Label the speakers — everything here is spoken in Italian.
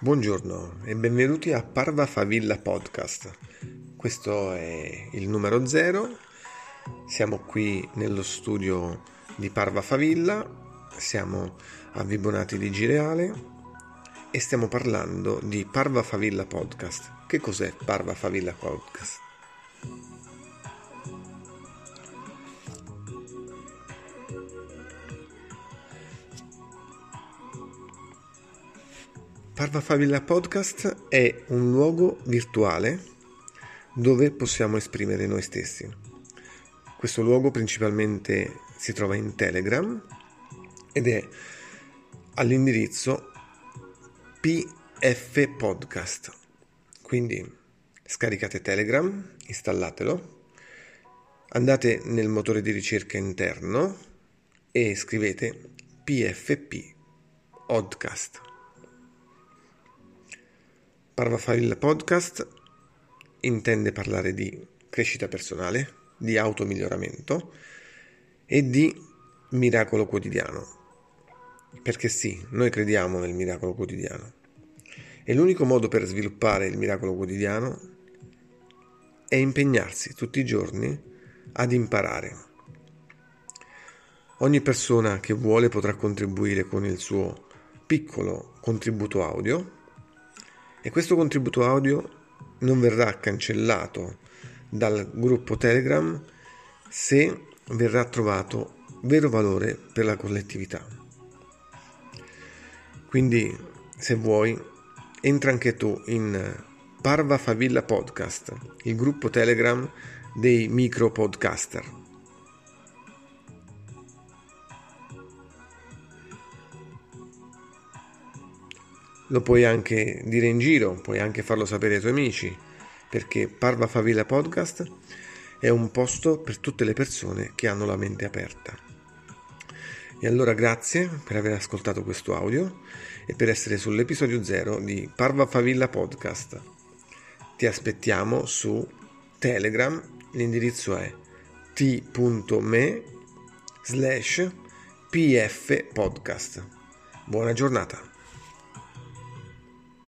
Speaker 1: Buongiorno e benvenuti a Parva Favilla Podcast. Questo è il numero 0. Siamo qui nello studio di Parva Favilla, siamo a Vibonati di Gireale e stiamo parlando di Parva Favilla Podcast. Che cos'è Parva Favilla Podcast? Parva Favilla Podcast è un luogo virtuale dove possiamo esprimere noi stessi. Questo luogo principalmente si trova in Telegram ed è all'indirizzo PF Podcast. Quindi scaricate Telegram, installatelo, andate nel motore di ricerca interno e scrivete PFP Podcast. Parva Favilla Podcast intende parlare di crescita personale, di automiglioramento e di miracolo quotidiano. Perché sì, noi crediamo nel miracolo quotidiano. E l'unico modo per sviluppare il miracolo quotidiano è impegnarsi tutti i giorni ad imparare. Ogni persona che vuole potrà contribuire con il suo piccolo contributo audio. E questo contributo audio non verrà cancellato dal gruppo Telegram se verrà trovato vero valore per la collettività. Quindi, se vuoi, entra anche tu in Parva Favilla Podcast, il gruppo Telegram dei micro podcaster. Lo puoi anche dire in giro, puoi anche farlo sapere ai tuoi amici, perché Parva Favilla Podcast è un posto per tutte le persone che hanno la mente aperta. E allora grazie per aver ascoltato questo audio e per essere sull'episodio 0 di Parva Favilla Podcast. Ti aspettiamo su Telegram, l'indirizzo è t.me/pf podcast. Buona giornata!